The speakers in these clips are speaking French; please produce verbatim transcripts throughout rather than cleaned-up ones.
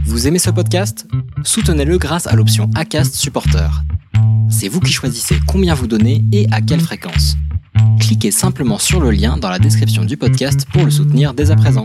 Vous aimez ce podcast ? Soutenez-le grâce à l'option Acast Supporter. C'est vous qui choisissez combien vous donnez et à quelle fréquence. Cliquez simplement sur le lien dans la description du podcast pour le soutenir dès à présent.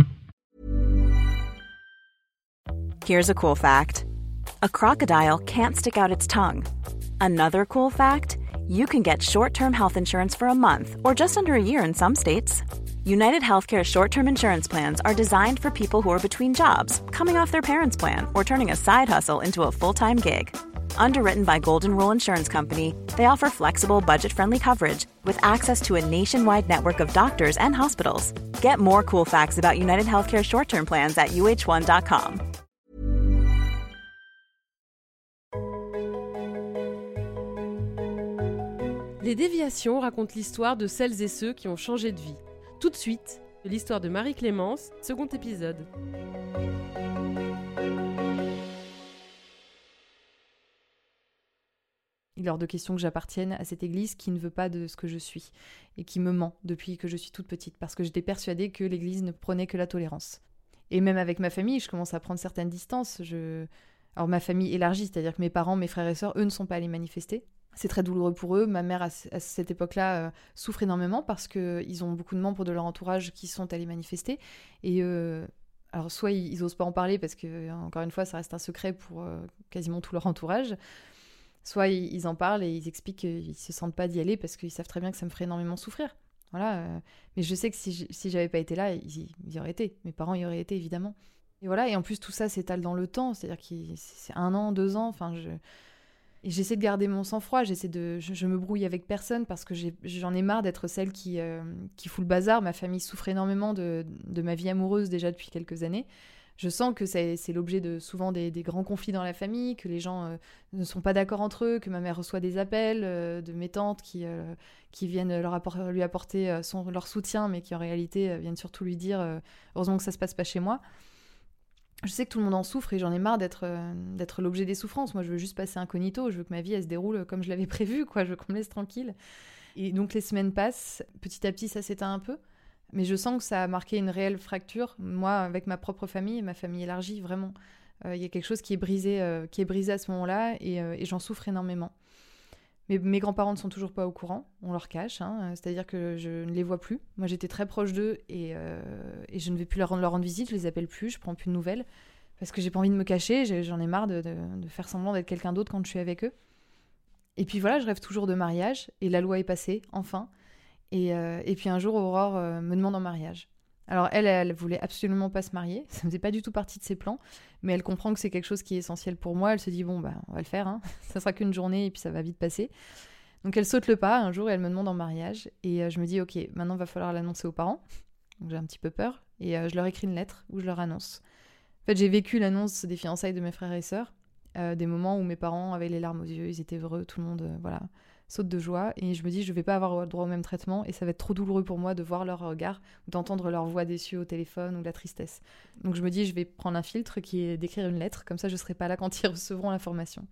Here's a cool fact. A crocodile can't stick out its tongue. Another cool fact, you can get short-term health insurance for a month or just under a year in some states. United Healthcare short-term insurance plans are designed for people who are between jobs, coming off their parents' plan, or turning a side hustle into a full-time gig. Underwritten by Golden Rule Insurance Company, they offer flexible, budget-friendly coverage with access to a nationwide network of doctors and hospitals. Get more cool facts about United Healthcare short-term plans at U H one dot com. Les déviations racontent l'histoire de celles et ceux qui ont changé de vie. Tout de suite, l'histoire de Marie-Clémence, second épisode. Il est hors de question que j'appartienne à cette église qui ne veut pas de ce que je suis et qui me ment depuis que je suis toute petite parce que j'étais persuadée que l'église ne prenait que la tolérance. Et même avec ma famille, je commence à prendre certaines distances. Je... Alors ma famille élargie, c'est-à-dire que mes parents, mes frères et sœurs, eux ne sont pas allés manifester. C'est très douloureux pour eux. Ma mère, à cette époque-là, euh, souffre énormément parce qu'ils ont beaucoup de membres de leur entourage qui sont allés manifester. Et euh, alors, soit ils n'osent pas en parler parce que, encore une fois, ça reste un secret pour euh, quasiment tout leur entourage. Soit ils, ils en parlent et ils expliquent qu'ils ne se sentent pas d'y aller parce qu'ils savent très bien que ça me ferait énormément souffrir. Voilà. Euh, mais je sais que si je, si j'avais pas été là, ils, ils y auraient été. Mes parents y auraient été, évidemment. Et voilà. Et en plus, tout ça s'étale dans le temps. C'est-à-dire que c'est un an, deux ans. Enfin, je... Et j'essaie de garder mon sang-froid, j'essaie de, je, je me brouille avec personne parce que j'ai, j'en ai marre d'être celle qui, euh, qui fout le bazar. Ma famille souffre énormément de, de ma vie amoureuse déjà depuis quelques années. Je sens que c'est, c'est l'objet de souvent des, des grands conflits dans la famille, que les gens euh, ne sont pas d'accord entre eux, que ma mère reçoit des appels euh, de mes tantes qui, euh, qui viennent leur appor- lui apporter euh, son, leur soutien, mais qui en réalité euh, viennent surtout lui dire euh, « heureusement que ça se passe pas chez moi ». Je sais que tout le monde en souffre et j'en ai marre d'être, euh, d'être l'objet des souffrances. Moi, je veux juste passer incognito. Je veux que ma vie, elle se déroule comme je l'avais prévu, quoi. Je veux qu'on me laisse tranquille. Et donc, les semaines passent. Petit à petit, ça s'éteint un peu. Mais je sens que ça a marqué une réelle fracture. Moi, avec ma propre famille, ma famille élargie, vraiment. Il euh, y a quelque chose qui est brisé, euh, qui est brisé à ce moment-là et, euh, et j'en souffre énormément. Mais mes grands-parents ne sont toujours pas au courant, on leur cache, hein, c'est-à-dire que je ne les vois plus. Moi, j'étais très proche d'eux et, euh, et je ne vais plus leur rendre, leur rendre visite, je les appelle plus, je prends plus de nouvelles, parce que j'ai pas envie de me cacher, j'ai, j'en ai marre de, de, de faire semblant d'être quelqu'un d'autre quand je suis avec eux. Et puis voilà, je rêve toujours de mariage, et la loi est passée, enfin. Et, euh, et puis un jour, Aurore euh, me demande en mariage. Alors elle, elle voulait absolument pas se marier, ça faisait pas du tout partie de ses plans, mais elle comprend que c'est quelque chose qui est essentiel pour moi, elle se dit bon bah on va le faire, hein. Ça sera qu'une journée et puis ça va vite passer. Donc elle saute le pas un jour et elle me demande en mariage, et euh, je me dis ok, maintenant va falloir l'annoncer aux parents, donc j'ai un petit peu peur, et euh, je leur écris une lettre où je leur annonce. En fait j'ai vécu l'annonce des fiançailles de mes frères et sœurs, euh, des moments où mes parents avaient les larmes aux yeux, ils étaient heureux, tout le monde euh, voilà saute de joie, et je me dis je vais pas avoir droit au même traitement et ça va être trop douloureux pour moi de voir leur regard ou d'entendre leur voix déçue au téléphone ou de la tristesse. Donc je me dis je vais prendre un filtre qui est d'écrire une lettre, comme ça je serai pas là quand ils recevront l'information.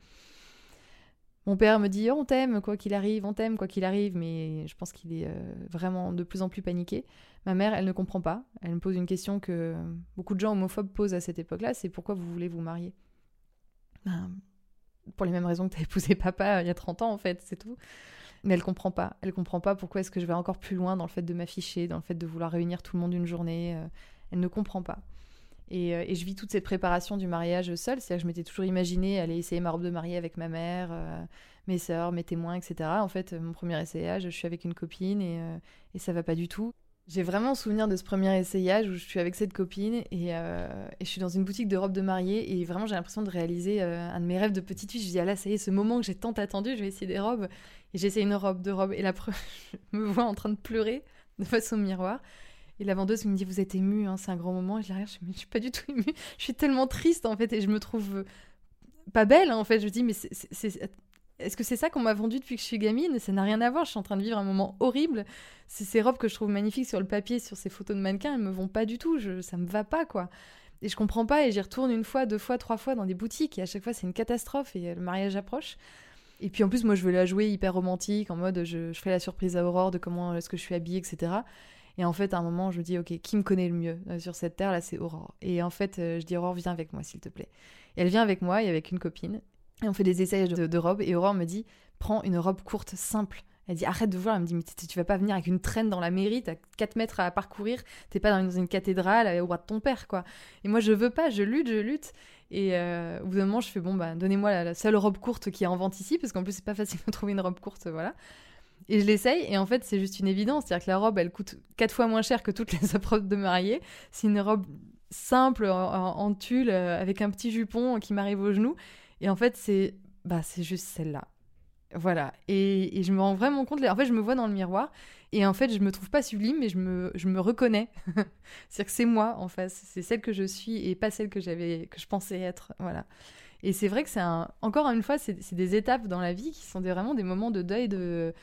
Mon père me dit oh, on t'aime quoi qu'il arrive, on t'aime quoi qu'il arrive, mais je pense qu'il est euh, vraiment de plus en plus paniqué. Ma mère, elle ne comprend pas, elle me pose une question que beaucoup de gens homophobes posent à cette époque-là, c'est pourquoi vous voulez vous marier? Ben, pour les mêmes raisons que t'as épousé papa euh, il y a trente ans en fait, c'est tout. Mais elle comprend pas, elle comprend pas pourquoi est-ce que je vais encore plus loin dans le fait de m'afficher, dans le fait de vouloir réunir tout le monde une journée, euh, elle ne comprend pas. Et, euh, et je vis toute cette préparation du mariage seule, c'est-à-dire que je m'étais toujours imaginé aller essayer ma robe de mariée avec ma mère, euh, mes sœurs, mes témoins, et cetera. En fait, euh, mon premier essayage, je suis avec une copine et, euh, et ça va pas du tout. J'ai vraiment souvenir de ce premier essayage où je suis avec cette copine et, euh, et je suis dans une boutique de robes de mariée et vraiment j'ai l'impression de réaliser euh, un de mes rêves de petite fille. Je me dis ah là ça y est, ce moment que j'ai tant attendu, je vais essayer des robes. Et j'essaie une robe, deux robes et la pre... je me vois en train de pleurer de face au miroir. Et la vendeuse me dit vous êtes émue, hein, c'est un grand moment. Et je la regarde, je me dis je suis pas du tout émue, je suis tellement triste en fait et je me trouve pas belle hein, en fait. Je me dis mais c'est, c'est, c'est... est-ce que c'est ça qu'on m'a vendu depuis que je suis gamine? Ça n'a rien à voir, je suis en train de vivre un moment horrible. C'est ces robes que je trouve magnifiques sur le papier, sur ces photos de mannequins, elles me vont pas du tout, je... ça me va pas quoi. Et je comprends pas et j'y retourne une fois, deux fois, trois fois dans des boutiques et à chaque fois c'est une catastrophe et le mariage approche. Et puis en plus moi je veux la jouer hyper romantique, en mode je, je fais la surprise à Aurore de comment est-ce que je suis habillée, et cetera. Et en fait, à un moment, je me dis, ok, qui me connaît le mieux euh, sur cette terre, là, c'est Aurore. Et en fait, euh, je dis, Aurore, viens avec moi, s'il te plaît. Et elle vient avec moi et avec une copine. Et on fait des essayages de, de robes. Et Aurore me dit, prends une robe courte, simple. Elle dit, arrête de voir. Elle me dit, mais tu vas pas venir avec une traîne dans la mairie, t'as quatre mètres à parcourir, t'es pas dans une, une cathédrale au roi de ton père, quoi. Et moi, je veux pas, je lutte, je lutte. Et euh, au bout d'un moment, je fais, bon, bah, donnez-moi la, la seule robe courte qui est en vente ici, parce qu'en plus, c'est pas facile de trouver une robe courte, voilà. Et je l'essaye, et en fait, c'est juste une évidence. C'est-à-dire que la robe, elle coûte quatre fois moins cher que toutes les autres robes de mariée. C'est une robe simple, en, en, en tulle, euh, avec un petit jupon qui m'arrive aux genoux. Et en fait, c'est, bah, c'est juste celle-là. Voilà. Et, et je me rends vraiment compte. En fait, je me vois dans le miroir, et en fait, je me trouve pas sublime, mais je me, je me reconnais. C'est-à-dire que c'est moi, en face. C'est celle que je suis, et pas celle que j'avais, que je pensais être. Voilà. Et c'est vrai que c'est un... Encore une fois, c'est, c'est des étapes dans la vie qui sont des, vraiment des moments de deuil, de...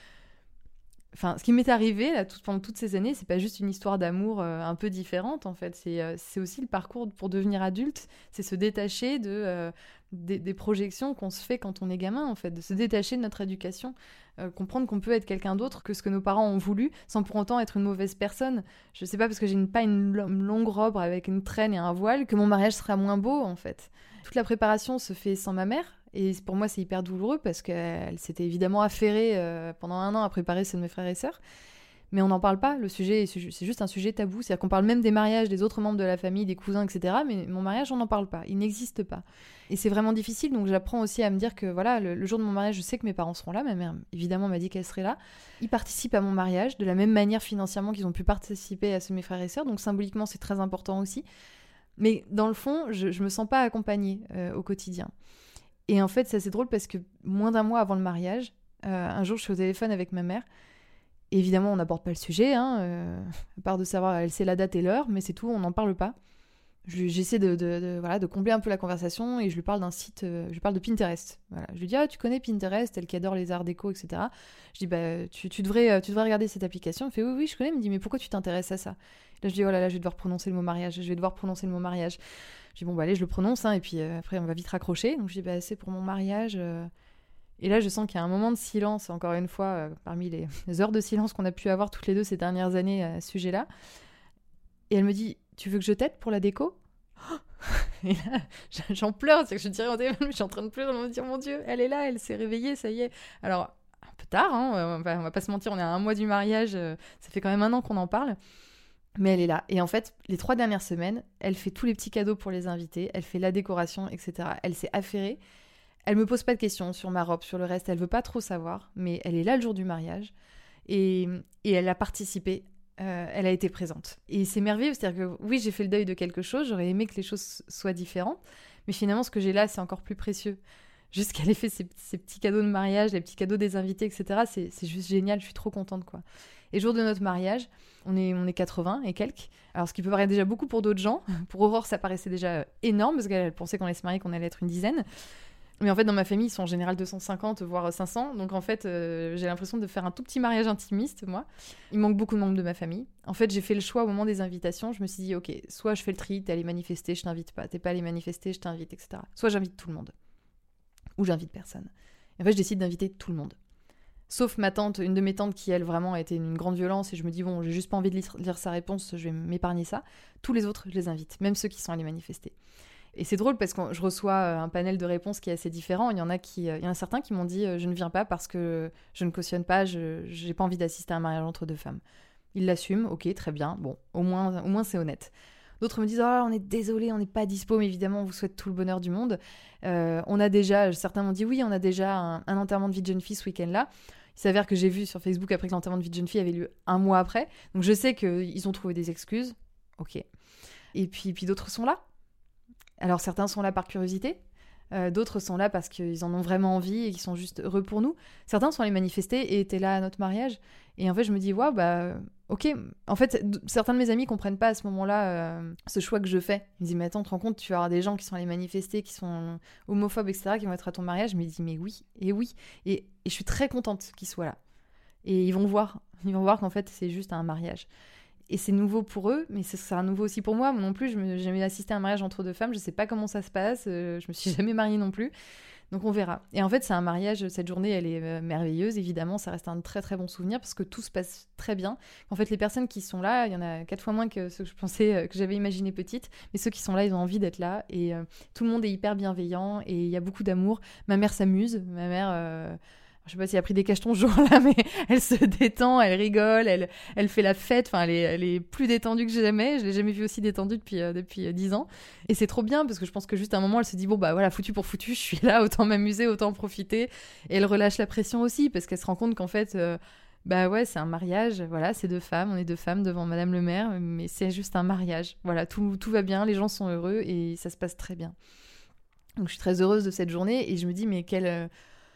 Enfin, ce qui m'est arrivé là, tout, pendant toutes ces années, c'est pas juste une histoire d'amour euh, un peu différente, en fait. C'est, euh, c'est aussi le parcours pour devenir adulte. C'est se détacher de, euh, des, des projections qu'on se fait quand on est gamin, en fait. De se détacher de notre éducation. Euh, comprendre qu'on peut être quelqu'un d'autre que ce que nos parents ont voulu, sans pour autant être une mauvaise personne. Je sais pas parce que j'ai une, pas une longue robe avec une traîne et un voile que mon mariage sera moins beau, en fait. Toute la préparation se fait sans ma mère. Et pour moi, c'est hyper douloureux parce qu'elle s'était évidemment affairée euh, pendant un an à préparer ceux de mes frères et sœurs. Mais on n'en parle pas. Le sujet, c'est juste un sujet tabou. C'est-à-dire qu'on parle même des mariages des autres membres de la famille, des cousins, et cetera. Mais mon mariage, on n'en parle pas. Il n'existe pas. Et c'est vraiment difficile. Donc j'apprends aussi à me dire que voilà, le, le jour de mon mariage, je sais que mes parents seront là. Ma mère, évidemment, m'a dit qu'elle serait là. Ils participent à mon mariage de la même manière financièrement qu'ils ont pu participer à ceux de mes frères et sœurs. Donc symboliquement, c'est très important aussi. Mais dans le fond, je ne me sens pas accompagnée euh, au quotidien. Et en fait, c'est assez drôle parce que moins d'un mois avant le mariage, euh, un jour, je suis au téléphone avec ma mère. Et évidemment, on n'aborde pas le sujet, hein, euh, à part de savoir, elle sait la date et l'heure, mais c'est tout, on n'en parle pas. Je, j'essaie de, de, de, voilà, de combler un peu la conversation et je lui parle d'un site, euh, je lui parle de Pinterest. Voilà. Je lui dis, ah, tu connais Pinterest, elle qui adore les arts déco, et cetera. Je dis, bah, tu, tu, devrais, tu devrais regarder cette application. Elle fait, oui, oui, je connais. Elle me dit, mais pourquoi tu t'intéresses à ça? Là, je dis, oh là là, je vais devoir prononcer le mot mariage, je vais devoir prononcer le mot mariage. Je dis, bon, bah, allez, je le prononce, hein, et puis euh, après, on va vite raccrocher. Donc, je dis, bah, c'est pour mon mariage. Euh... Et là, je sens qu'il y a un moment de silence, encore une fois, euh, parmi les, les heures de silence qu'on a pu avoir toutes les deux ces dernières années à ce sujet-là. Et elle me dit, tu veux que je t'aide pour la déco? Et là, j'en pleure, c'est que je dirais au téléphone, je suis en train de pleurer, je me dire, mon Dieu, elle est là, elle s'est réveillée, ça y est. Alors, un peu tard, hein, on va, on va pas se mentir, on est à un mois du mariage, euh, ça fait quand même un an qu'on en parle. Mais elle est là. Et en fait, les trois dernières semaines, elle fait tous les petits cadeaux pour les invités, elle fait la décoration, et cetera. Elle s'est affairée. Elle me pose pas de questions sur ma robe, sur le reste. Elle veut pas trop savoir, mais elle est là le jour du mariage. Et, et elle a participé. Euh, elle a été présente. Et c'est merveilleux. C'est-à-dire que oui, j'ai fait le deuil de quelque chose. J'aurais aimé que les choses soient différentes. Mais finalement, ce que j'ai là, c'est encore plus précieux. Juste qu'elle ait fait ses, ses petits cadeaux de mariage, les petits cadeaux des invités, et cetera. C'est, c'est juste génial. Je suis trop contente, quoi. Et jour de notre mariage, on est, on est quatre-vingts et quelques. Alors, ce qui peut paraître déjà beaucoup pour d'autres gens. Pour Aurore, ça paraissait déjà énorme parce qu'elle pensait qu'on allait se marier, qu'on allait être une dizaine. Mais en fait, dans ma famille, ils sont en général deux cent cinquante, voire cinq cents. Donc, en fait, euh, j'ai l'impression de faire un tout petit mariage intimiste, moi. Il manque beaucoup de membres de ma famille. En fait, j'ai fait le choix au moment des invitations. Je me suis dit, OK, soit je fais le tri, t'es allé manifester, je t'invite pas. T'es pas allé manifester, je t'invite, et cetera. Soit j'invite tout le monde. Ou j'invite personne. Et en fait, je décide d'inviter tout le monde. Sauf ma tante, une de mes tantes qui, elle, vraiment a été une grande violence. Et je me dis, bon, j'ai juste pas envie de lire, lire sa réponse, je vais m'épargner ça. Tous les autres, je les invite. Même ceux qui sont allés manifester. Et c'est drôle parce que je reçois un panel de réponses qui est assez différent. Il y en a, qui, il y en a certains qui m'ont dit « Je ne viens pas parce que je ne cautionne pas, je n'ai pas envie d'assister à un mariage entre deux femmes. » Ils l'assument, ok, très bien, bon, au moins, au moins c'est honnête. D'autres me disent « Oh, on est désolé, on n'est pas dispo, mais évidemment, on vous souhaite tout le bonheur du monde. Euh, » On a déjà, certains m'ont dit « Oui, on a déjà un, un enterrement de vie de jeune fille ce week-end-là. » Il s'avère que j'ai vu sur Facebook après que l'enterrement de vie de jeune fille avait lieu un mois après. Donc je sais qu'ils ont trouvé des excuses, ok. Et puis, puis d'autres sont là. Alors certains sont là par curiosité, euh, d'autres sont là parce qu'ils en ont vraiment envie et qu'ils sont juste heureux pour nous. Certains sont allés manifester et étaient là à notre mariage. Et en fait, je me dis, waouh, bah, ok. En fait, d- certains de mes amis comprennent pas à ce moment-là euh, ce choix que je fais. Ils me disent, mais attends, tu te rends compte, tu vas avoir des gens qui sont allés manifester, qui sont homophobes, et cetera, qui vont être à ton mariage. Je me dis, mais oui, et oui. Et, et je suis très contente qu'ils soient là. Et ils vont voir, ils vont voir qu'en fait, c'est juste un mariage. Et c'est nouveau pour eux, mais c'est, c'est un nouveau aussi pour moi. Moi non plus, je n'ai jamais assisté à un mariage entre deux femmes. Je ne sais pas comment ça se passe. Euh, je me suis jamais mariée non plus. Donc on verra. Et en fait, c'est un mariage, cette journée, elle est euh, merveilleuse, évidemment, ça reste un très très bon souvenir parce que tout se passe très bien. En fait, les personnes qui sont là, il y en a quatre fois moins que ceux que je pensais, euh, que j'avais imaginé petite, mais ceux qui sont là, ils ont envie d'être là et euh, tout le monde est hyper bienveillant et il y a beaucoup d'amour. Ma mère s'amuse, ma mère... Euh... Je sais pas si elle a pris des cachetons ce jour-là, mais elle se détend, elle rigole, elle, elle fait la fête. Enfin, elle est, elle est plus détendue que jamais. Je l'ai jamais vue aussi détendue depuis euh, depuis dix ans. Et c'est trop bien parce que je pense que juste à un moment, elle se dit bon bah voilà, foutu pour foutu, je suis là, autant m'amuser, autant en profiter. Et elle relâche la pression aussi parce qu'elle se rend compte qu'en fait, euh, bah ouais, c'est un mariage. Voilà, c'est deux femmes, on est deux femmes devant Madame le Maire, mais c'est juste un mariage. Voilà, tout tout va bien, les gens sont heureux et ça se passe très bien. Donc je suis très heureuse de cette journée et je me dis mais quelle euh,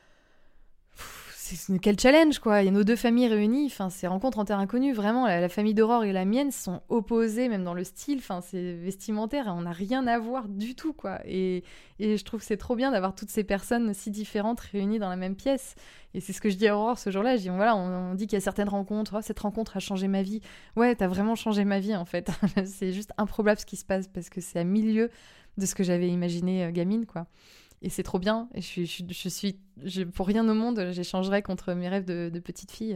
C'est, quel challenge, quoi. Il y a nos deux familles réunies, enfin, c'est rencontre en terre inconnue, vraiment. La, la famille d'Aurore et la mienne sont opposées, même dans le style, enfin, c'est vestimentaire, on n'a rien à voir du tout, quoi. Et, et je trouve que c'est trop bien d'avoir toutes ces personnes si différentes réunies dans la même pièce. Et c'est ce que je dis à Aurore ce jour-là, je dis, voilà, on, on dit qu'il y a certaines rencontres, oh, cette rencontre a changé ma vie. Ouais, t'as vraiment changé ma vie, en fait. C'est juste improbable ce qui se passe, parce que c'est à milieu de ce que j'avais imaginé euh, gamine, quoi. Et c'est trop bien. Et je suis, je, je suis, je, pour rien au monde, j'échangerais contre mes rêves de, de petite fille.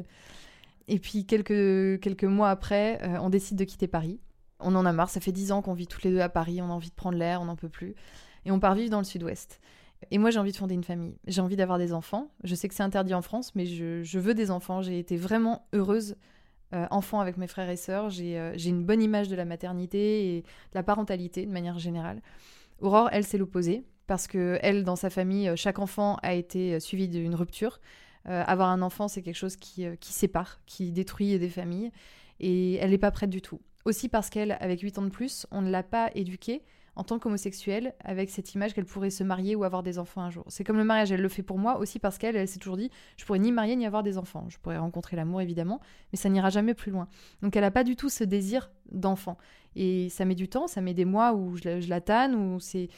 Et puis, quelques, quelques mois après, euh, on décide de quitter Paris. On en a marre. Ça fait dix ans qu'on vit toutes les deux à Paris. On a envie de prendre l'air, on n'en peut plus. Et on part vivre dans le sud-ouest. Et moi, j'ai envie de fonder une famille. J'ai envie d'avoir des enfants. Je sais que c'est interdit en France, mais je, je veux des enfants. J'ai été vraiment heureuse euh, enfant avec mes frères et sœurs. J'ai, euh, j'ai une bonne image de la maternité et de la parentalité, de manière générale. Aurore, elle, c'est l'opposé. Parce que elle, dans sa famille, chaque enfant a été suivi d'une rupture. Euh, avoir un enfant, c'est quelque chose qui, euh, qui sépare, qui détruit des familles. Et elle n'est pas prête du tout. Aussi parce qu'elle, avec huit ans de plus, on ne l'a pas éduquée en tant qu'homosexuelle avec cette image qu'elle pourrait se marier ou avoir des enfants un jour. C'est comme le mariage, elle le fait pour moi, aussi parce qu'elle, elle s'est toujours dit, je pourrais ni marier ni avoir des enfants. Je pourrais rencontrer l'amour, évidemment, mais ça n'ira jamais plus loin. Donc elle n'a pas du tout ce désir d'enfant. Et ça met du temps, ça met des mois où je la, je la tanne, où c'est...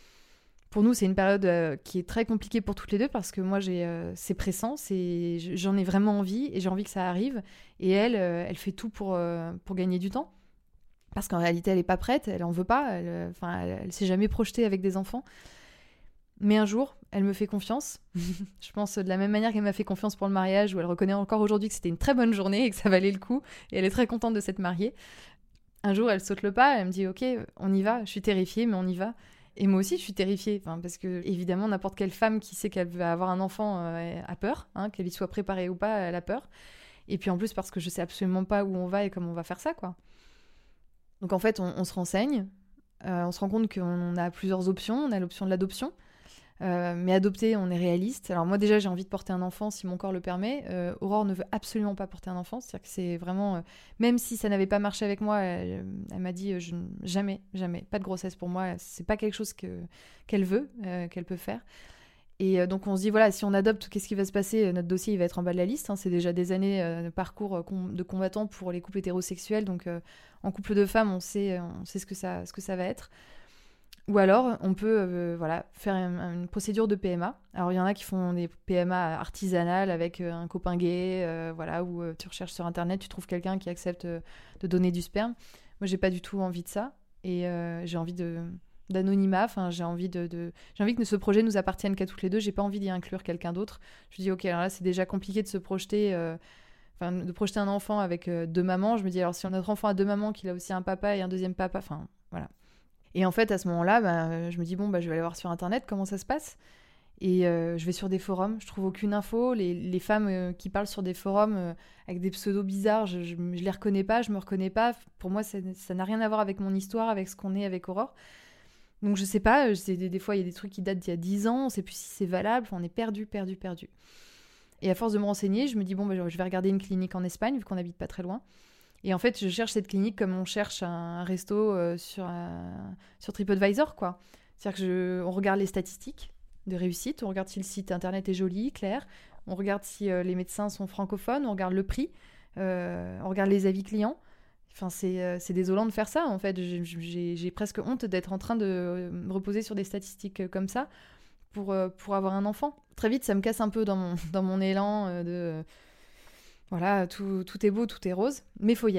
Pour nous, c'est une période euh, qui est très compliquée pour toutes les deux parce que moi, j'ai, euh, c'est pressant, c'est, j'en ai vraiment envie et j'ai envie que ça arrive. Et elle, euh, elle fait tout pour, euh, pour gagner du temps parce qu'en réalité, elle n'est pas prête, elle en veut pas, elle, enfin, elle, elle s'est jamais projetée avec des enfants. Mais un jour, elle me fait confiance. Je pense de la même manière qu'elle m'a fait confiance pour le mariage où elle reconnaît encore aujourd'hui que c'était une très bonne journée et que ça valait le coup. Et elle est très contente de s'être mariée. Un jour, elle saute le pas, elle me dit « Ok, on y va, je suis terrifiée, mais on y va ». Et moi aussi, je suis terrifiée, enfin, parce que, évidemment, n'importe quelle femme qui sait qu'elle va avoir un enfant euh, a peur, hein, qu'elle y soit préparée ou pas, elle a peur. Et puis en plus, parce que je sais absolument pas où on va et comment on va faire ça, quoi. Donc en fait, on, on se renseigne, euh, on se rend compte qu'on a plusieurs options. On a l'option de l'adoption, euh, mais adopter, on est réaliste. Alors moi, déjà, j'ai envie de porter un enfant si mon corps le permet. Euh, Aurore ne veut absolument pas porter un enfant, c'est-à-dire que c'est vraiment... Euh, même si ça n'avait pas marché avec moi, elle, elle m'a dit euh, je, jamais, jamais, pas de grossesse pour moi. C'est pas quelque chose que, qu'elle veut, euh, qu'elle peut faire. Et euh, donc on se dit, voilà, si on adopte, qu'est-ce qui va se passer ? Notre dossier, il va être en bas de la liste. Hein. C'est déjà des années euh, de parcours euh, com- de combattants pour les couples hétérosexuels. Donc euh, en couple de femmes, on sait, on sait ce que ça, ce que ça va être. Ou alors, on peut euh, voilà, faire une, une procédure de P M A. Alors, il y en a qui font des P M A artisanales avec euh, un copain gay, euh, voilà, où euh, tu recherches sur Internet, tu trouves quelqu'un qui accepte euh, de donner du sperme. Moi, j'ai pas du tout envie de ça. Et euh, j'ai envie de, d'anonymat. Enfin, j'ai envie, de, de, j'ai envie que ce projet nous appartienne qu'à toutes les deux. J'ai pas envie d'y inclure quelqu'un d'autre. Je me dis, OK, alors là, c'est déjà compliqué de se projeter... Euh, Enfin, de projeter un enfant avec euh, deux mamans. Je me dis, alors, si notre enfant a deux mamans, qu'il a aussi un papa et un deuxième papa... Enfin, voilà. Et en fait, à ce moment-là, bah, je me dis, bon, bah, je vais aller voir sur Internet comment ça se passe. Et euh, je vais sur des forums, je trouve aucune info. Les, les femmes euh, qui parlent sur des forums euh, avec des pseudos bizarres, je, je, je les reconnais pas, je me reconnais pas. Pour moi, ça, ça n'a rien à voir avec mon histoire, avec ce qu'on est avec Aurore. Donc je sais pas, c'est des, des fois, il y a des trucs qui datent d'il y a dix ans, on sait plus si c'est valable, on est perdu, perdu, perdu. Et à force de me renseigner, je me dis, bon, bah, je vais regarder une clinique en Espagne, vu qu'on n'habite pas très loin. Et en fait, je cherche cette clinique comme on cherche un resto euh, sur, euh, sur TripAdvisor, quoi. C'est-à-dire que je, on regarde les statistiques de réussite, on regarde si le site internet est joli, clair, on regarde si euh, les médecins sont francophones, on regarde le prix, euh, on regarde les avis clients. Enfin, c'est, euh, c'est désolant de faire ça, en fait. J'ai, j'ai, j'ai presque honte d'être en train de me reposer sur des statistiques comme ça pour, euh, pour avoir un enfant. Très vite, ça me casse un peu dans mon, dans mon élan euh, de... Voilà, tout, tout est beau, tout est rose, mais il faut y aller.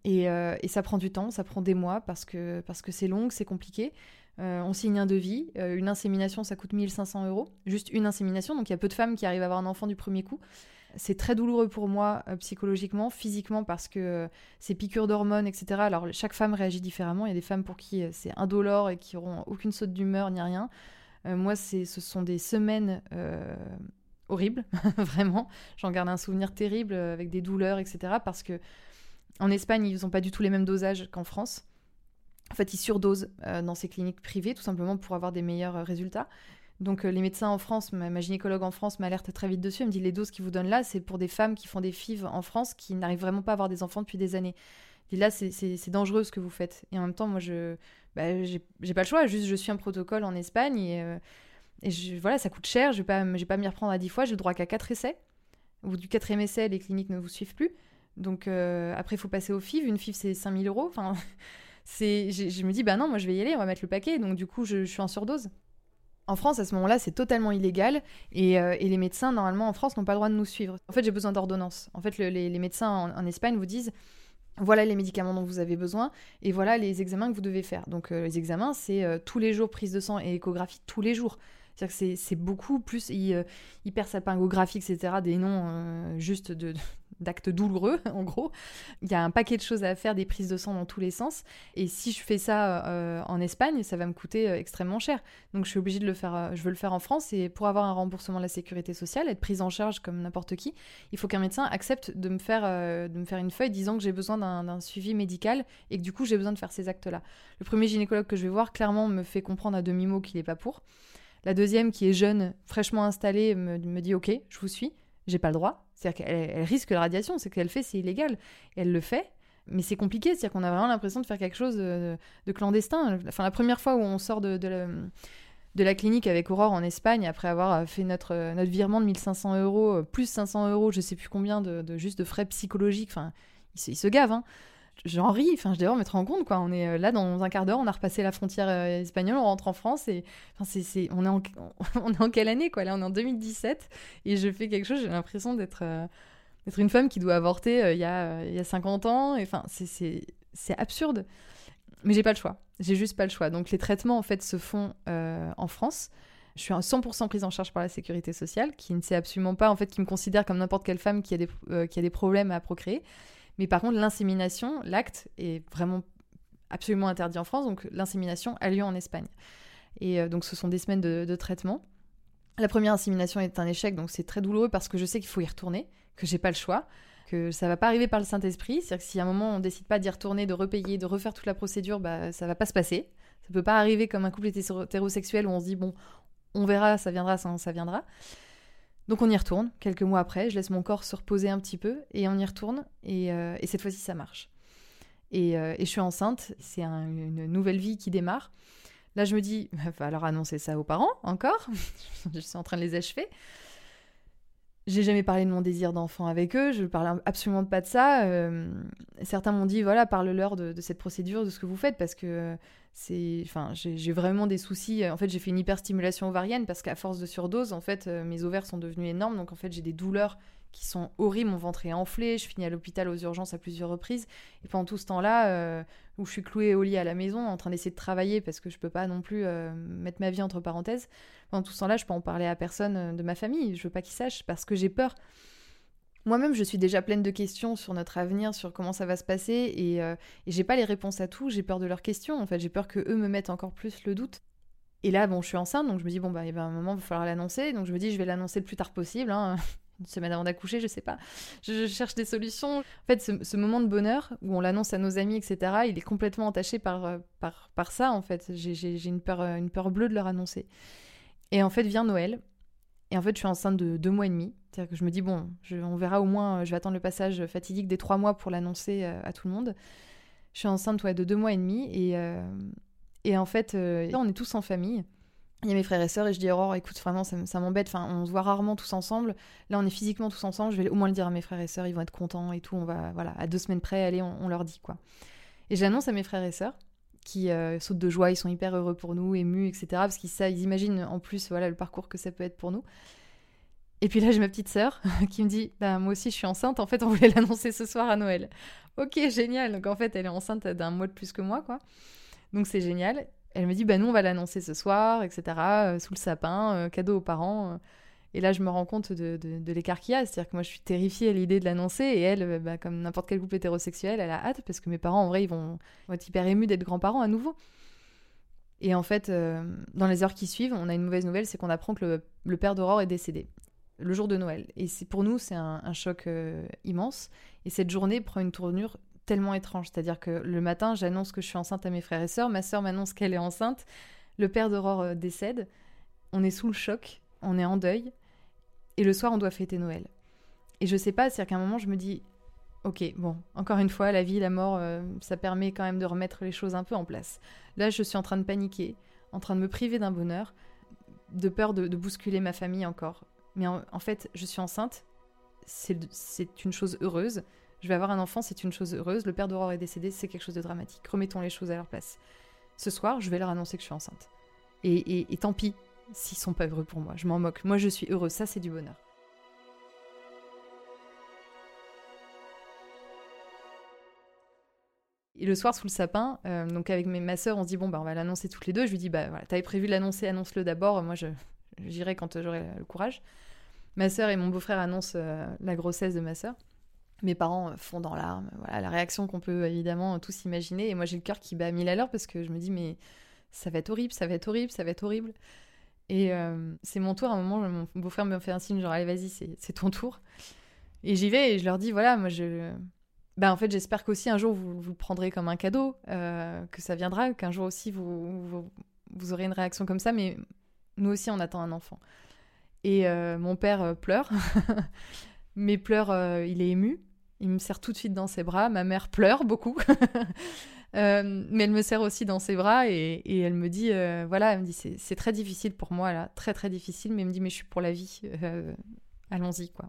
Et, euh, et ça prend du temps, ça prend des mois parce que, parce que c'est long, c'est compliqué. Euh, on signe un devis. Euh, une insémination, ça coûte mille cinq cents euros. Juste une insémination. Donc, il y a peu de femmes qui arrivent à avoir un enfant du premier coup. C'est très douloureux pour moi, euh, psychologiquement, physiquement, parce que euh, ces piqûres d'hormones, et cetera. Alors, chaque femme réagit différemment. Il y a des femmes pour qui euh, c'est indolore et qui n'auront aucune saute d'humeur ni rien. Euh, moi, c'est, ce sont des semaines euh, horribles, vraiment. J'en garde un souvenir terrible euh, avec des douleurs, et cetera. Parce que en Espagne, ils n'ont pas du tout les mêmes dosages qu'en France. En fait, ils surdosent euh, dans ces cliniques privées, tout simplement pour avoir des meilleurs euh, résultats. Donc, euh, les médecins en France, ma, ma gynécologue en France m'alerte très vite dessus. Elle me dit, les doses qu'ils vous donnent là, c'est pour des femmes qui font des F I V en France, qui n'arrivent vraiment pas à avoir des enfants depuis des années. Elle dit, là, c'est, c'est, c'est dangereux ce que vous faites. Et en même temps, moi, je, bah, j'ai, j'ai pas le choix. Juste, je suis un protocole en Espagne. Et, euh, et je, voilà, ça coûte cher. Je vais pas, je vais pas m'y reprendre à dix fois. J'ai le droit qu'à quatre essais. Au bout du quatrième essai, les cliniques ne vous suivent plus. Donc, euh, après, il faut passer au F I V. Une F I V, c'est cinq mille euros. Enfin... C'est, je, je me dis, bah non, moi je vais y aller, on va mettre le paquet. Donc du coup, je, je suis en surdose. En France, à ce moment-là, c'est totalement illégal. Et, euh, et les médecins, normalement, en France, n'ont pas le droit de nous suivre. En fait, j'ai besoin d'ordonnance. En fait, le, les, les médecins en, en Espagne vous disent, voilà les médicaments dont vous avez besoin et voilà les examens que vous devez faire. Donc euh, les examens, c'est euh, tous les jours prise de sang et échographie, tous les jours. C'est-à-dire que c'est, c'est beaucoup plus euh, hypersalpingographie, et cetera, des noms euh, juste de, d'actes douloureux, en gros. Il y a un paquet de choses à faire, des prises de sang dans tous les sens. Et si je fais ça euh, en Espagne, ça va me coûter euh, extrêmement cher. Donc je suis obligée de le faire, euh, je veux le faire en France. Et pour avoir un remboursement de la sécurité sociale, être prise en charge comme n'importe qui, il faut qu'un médecin accepte de me faire, euh, de me faire une feuille disant que j'ai besoin d'un, d'un suivi médical et que du coup j'ai besoin de faire ces actes-là. Le premier gynécologue que je vais voir, clairement, me fait comprendre à demi-mot qu'il n'est pas pour. La deuxième, qui est jeune, fraîchement installée, me, me dit « Ok, je vous suis, j'ai pas le droit ». C'est-à-dire qu'elle elle risque la radiation, c'est qu'elle fait, c'est illégal. Et elle le fait, mais c'est compliqué, c'est-à-dire qu'on a vraiment l'impression de faire quelque chose de, de clandestin. Enfin, la première fois où on sort de, de, la, de la clinique avec Aurore en Espagne, après avoir fait notre, notre virement de mille cinq cents euros, plus cinq cents euros, je sais plus combien, de, de, juste de frais psychologiques, enfin, il se, il se gave, hein. J'en ris, enfin, je dis, oh, mais te rends compte, quoi. On est là dans un quart d'heure, on a repassé la frontière euh, espagnole, on rentre en France et enfin, c'est, c'est, on, est en, on est en quelle année, quoi? Là, on est en deux mille dix-sept et je fais quelque chose, j'ai l'impression d'être, euh, d'être une femme qui doit avorter euh, il y a, euh, il y a cinquante ans. Et, enfin, c'est, c'est, c'est absurde. Mais j'ai pas le choix. J'ai juste pas le choix. Donc, les traitements, en fait, se font euh, en France. Je suis à cent pour cent prise en charge par la sécurité sociale, qui ne sait absolument pas, en fait, qui me considère comme n'importe quelle femme qui a des, euh, qui a des problèmes à procréer. Mais par contre, l'insémination, l'acte, est vraiment absolument interdit en France. Donc, l'insémination a lieu en Espagne. Et euh, donc, ce sont des semaines de, de traitement. La première insémination est un échec, donc c'est très douloureux parce que je sais qu'il faut y retourner, que j'ai pas le choix, que ça va pas arriver par le Saint-Esprit. C'est-à-dire que si à un moment, on décide pas d'y retourner, de repayer, de refaire toute la procédure, bah, ça va pas se passer. Ça peut pas arriver comme un couple hétérosexuel où on se dit, bon, on verra, ça viendra, ça, ça viendra. Donc on y retourne, quelques mois après, je laisse mon corps se reposer un petit peu, et on y retourne, et, euh, et cette fois-ci ça marche. Et, euh, et je suis enceinte, c'est un, une nouvelle vie qui démarre. Là je me dis, il va falloir annoncer ça aux parents, encore, je suis en train de les achever. J'ai jamais parlé de mon désir d'enfant avec eux, je parle absolument pas de ça. Euh, certains m'ont dit, voilà, parle-leur de, de cette procédure, de ce que vous faites, parce que c'est, enfin, j'ai, j'ai vraiment des soucis. En fait, j'ai fait une hyperstimulation ovarienne, parce qu'à force de surdose, en fait, euh, mes ovaires sont devenus énormes, donc en fait, j'ai des douleurs qui sont horribles, mon ventre est enflé, je finis à l'hôpital aux urgences à plusieurs reprises, et pendant tout ce temps-là, euh, où je suis clouée au lit à la maison, en train d'essayer de travailler, parce que je peux pas non plus euh, mettre ma vie entre parenthèses, pendant tout ce temps-là, je peux en parler à personne de ma famille, je veux pas qu'ils sachent, parce que j'ai peur. Moi-même, je suis déjà pleine de questions sur notre avenir, sur comment ça va se passer, et, euh, et j'ai pas les réponses à tout, j'ai peur de leurs questions, en fait, j'ai peur qu'eux me mettent encore plus le doute. Et là, bon, je suis enceinte, donc je me dis, bon, bah, il y a un moment, il va falloir l'annoncer, donc je me dis, je vais l'annoncer le plus tard possible, hein. Une semaine avant d'accoucher, je sais pas. Je, je cherche des solutions. En fait, ce, ce moment de bonheur où on l'annonce à nos amis, et cetera, il est complètement entaché par, par, par ça, en fait. J'ai, j'ai, j'ai une peur, une peur bleue de leur annoncer. Et en fait, vient Noël. Et en fait, je suis enceinte de deux mois et demi. C'est-à-dire que je me dis, bon, je, on verra au moins, je vais attendre le passage fatidique des trois mois pour l'annoncer à, à tout le monde. Je suis enceinte ouais, de deux mois et demi. Et, euh, et en fait, euh, là, on est tous en famille. Il y a mes frères et sœurs et je dis Aurore, écoute, vraiment, ça, ça m'embête. Enfin, on se voit rarement tous ensemble. Là, on est physiquement tous ensemble. Je vais au moins le dire à mes frères et sœurs. Ils vont être contents et tout. On va, voilà, à deux semaines près, allez, on, on leur dit quoi. Et j'annonce à mes frères et sœurs qui euh, sautent de joie. Ils sont hyper heureux pour nous, émus, et cetera. Parce qu'ils ça, ils imaginent en plus, voilà, le parcours que ça peut être pour nous. Et puis là, j'ai ma petite sœur qui me dit bah, « Moi aussi, je suis enceinte. En fait, on voulait l'annoncer ce soir à Noël. » Ok, génial. Donc en fait, elle est enceinte d'un mois de plus que moi, quoi. Donc c'est génial. Elle me dit bah, « Nous, on va l'annoncer ce soir, et cetera. Euh, sous le sapin, euh, cadeau aux parents. » Et là, je me rends compte de, de, de l'écart qu'il y a. C'est-à-dire que moi, je suis terrifiée à l'idée de l'annoncer. Et elle, bah, comme n'importe quel couple hétérosexuel, elle a hâte parce que mes parents, en vrai, ils vont, vont être hyper émus d'être grands-parents à nouveau. Et en fait, euh, dans les heures qui suivent, on a une mauvaise nouvelle, c'est qu'on apprend que le, le père d'Aurore est décédé le jour de Noël. Et c'est, pour nous, c'est un, un choc euh, immense. Et cette journée prend une tournure tellement étrange. C'est-à-dire que le matin, j'annonce que je suis enceinte à mes frères et sœurs. Ma sœur m'annonce qu'elle est enceinte. Le père d'Aurore euh, décède. On est sous le choc. On est en deuil. Et le soir, on doit fêter Noël. Et je sais pas, c'est-à-dire qu'à un moment, je me dis ok, bon, encore une fois, la vie, la mort, euh, ça permet quand même de remettre les choses un peu en place. Là, je suis en train de paniquer, en train de me priver d'un bonheur, de peur de, de bousculer ma famille encore. Mais en, en fait, je suis enceinte, c'est, c'est une chose heureuse. Je vais avoir un enfant, c'est une chose heureuse. Le père d'Aurore est décédé, c'est quelque chose de dramatique. Remettons les choses à leur place. Ce soir, je vais leur annoncer que je suis enceinte. Et, et, et tant pis s'ils sont pas heureux pour moi. Je m'en moque. Moi, je suis heureuse. Ça, c'est du bonheur. Et le soir, sous le sapin, euh, donc avec mes, ma sœur, on se dit, bon, bah, on va l'annoncer toutes les deux. Je lui dis, bah voilà, t'avais prévu de l'annoncer, annonce-le d'abord. Moi, je, j'irai quand j'aurai le courage. Ma sœur et mon beau-frère annoncent euh, la grossesse de ma sœur. Mes parents euh, fondent en larmes. Voilà, la réaction qu'on peut évidemment tous imaginer. Et moi, j'ai le cœur qui bat à mille à l'heure parce que je me dis, mais ça va être horrible, ça va être horrible, ça va être horrible. Et euh, c'est mon tour. À un moment, mon beau-frère me fait un signe, genre, allez, vas-y, c'est, c'est ton tour. Et j'y vais et je leur dis, voilà, moi, je... Bah, en fait, j'espère qu'aussi un jour, vous, vous le prendrez comme un cadeau, euh, que ça viendra, qu'un jour aussi, vous, vous, vous aurez une réaction comme ça, mais nous aussi, on attend un enfant. Et euh, mon père euh, pleure, mais pleure, euh, il est ému, il me serre tout de suite dans ses bras, ma mère pleure beaucoup, euh, mais elle me serre aussi dans ses bras, et, et elle me dit, euh, voilà, elle me dit, c'est, c'est très difficile pour moi, là, très très difficile, mais elle me dit, mais je suis pour la vie, euh, allons-y, quoi.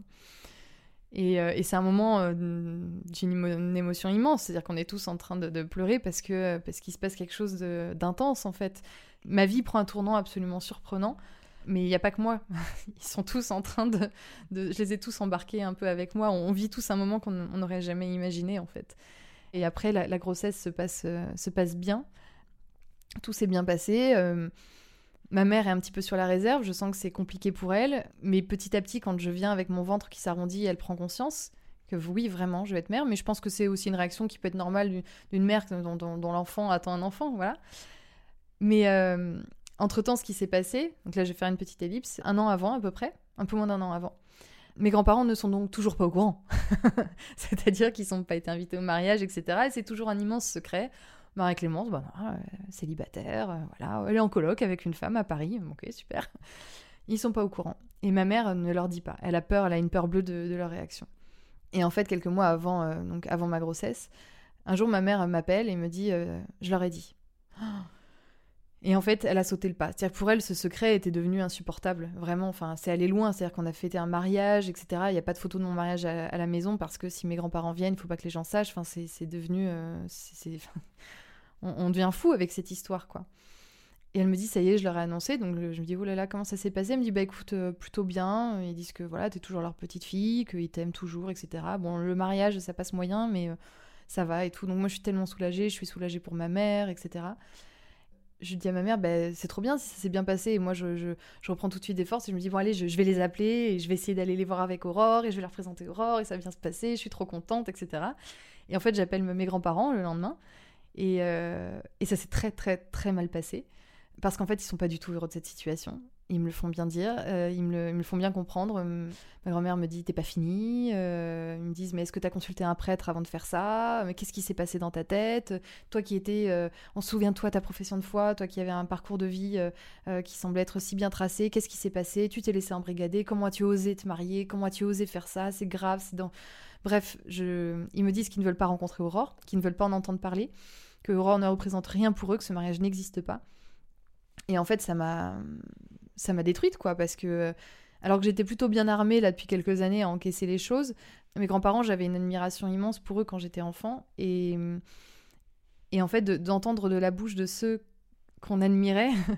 Et, euh, et c'est un moment euh, d'une une émotion immense, c'est-à-dire qu'on est tous en train de, de pleurer parce, que, parce qu'il se passe quelque chose de, d'intense, en fait. Ma vie prend un tournant absolument surprenant, mais il n'y a pas que moi. Ils sont tous en train de, de... Je les ai tous embarqués un peu avec moi. On, on vit tous un moment qu'on n'aurait jamais imaginé, en fait. Et après, la, la grossesse se passe, euh, se passe bien. Tout s'est bien passé. Euh, Ma mère est un petit peu sur la réserve, je sens que c'est compliqué pour elle, mais petit à petit, quand je viens avec mon ventre qui s'arrondit, elle prend conscience que oui, vraiment, je vais être mère, mais je pense que c'est aussi une réaction qui peut être normale d'une, d'une mère dont, dont, dont l'enfant attend un enfant, voilà. Mais euh, entre-temps, ce qui s'est passé, donc là je vais faire une petite ellipse, un an avant à peu près, un peu moins d'un an avant, mes grands-parents ne sont donc toujours pas au courant. C'est-à-dire qu'ils n'ont pas été invités au mariage, et cetera. Et c'est toujours un immense secret. Marie-Clémence, bah, euh, célibataire, euh, voilà, elle est en coloc avec une femme à Paris, ok, super. Ils sont pas au courant. Et ma mère ne leur dit pas. Elle a peur, elle a une peur bleue de, de leur réaction. Et en fait, quelques mois avant, euh, donc avant ma grossesse, un jour, ma mère m'appelle et me dit euh, « Je leur ai dit. » Et en fait, elle a sauté le pas. C'est-à-dire que pour elle, ce secret était devenu insupportable. Vraiment, enfin, c'est allé loin. C'est-à-dire qu'on a fêté un mariage, et cetera. Il n'y a pas de photo de mon mariage à, à la maison parce que si mes grands-parents viennent, il ne faut pas que les gens sachent. Enfin, c'est, c'est devenu... Euh, c'est, c'est... on, on devient fou avec cette histoire, quoi. Et elle me dit, ça y est, je leur ai annoncé. Donc je me dis, oh là là, comment ça s'est passé ? Elle me dit, bah écoute, euh, plutôt bien. Ils disent que voilà, t'es toujours leur petite fille, qu'ils t'aiment toujours, et cetera. Bon, le mariage, ça passe moyen, mais euh, ça va et tout. Donc moi, je suis tellement soulagée. Je suis soulagée pour ma mère, et cetera. Je dis à ma mère, bah, c'est trop bien si ça s'est bien passé. Et moi, je, je, je reprends tout de suite des forces et je me dis, bon, allez, je, je vais les appeler et je vais essayer d'aller les voir avec Aurore et je vais leur présenter Aurore et ça va bien se passer. Je suis trop contente, et cetera. Et en fait, j'appelle mes grands-parents le lendemain et, euh, et ça s'est très, très, très mal passé parce qu'en fait, ils sont pas du tout heureux de cette situation. Ils me le font bien dire, euh, ils, me le, ils me le font bien comprendre. Ma grand-mère me dit, t'es pas finie. Euh, ils me disent, mais est-ce que t'as consulté un prêtre avant de faire ça ? Mais qu'est-ce qui s'est passé dans ta tête ? Toi qui étais, euh, on se souvient de toi, ta profession de foi, toi qui avais un parcours de vie euh, euh, qui semblait être si bien tracé, qu'est-ce qui s'est passé ? Tu t'es laissé embrigader, comment as-tu osé te marier ? Comment as-tu osé faire ça ? C'est grave, c'est dans... Bref, je... ils me disent qu'ils ne veulent pas rencontrer Aurore, qu'ils ne veulent pas en entendre parler, que Aurore ne représente rien pour eux, que ce mariage n'existe pas. Et en fait, ça m'a... ça m'a détruite, quoi, parce que alors que j'étais plutôt bien armée là depuis quelques années à encaisser les choses, mes grands-parents, j'avais une admiration immense pour eux quand j'étais enfant, et, et en fait de, d'entendre de la bouche de ceux qu'on admirait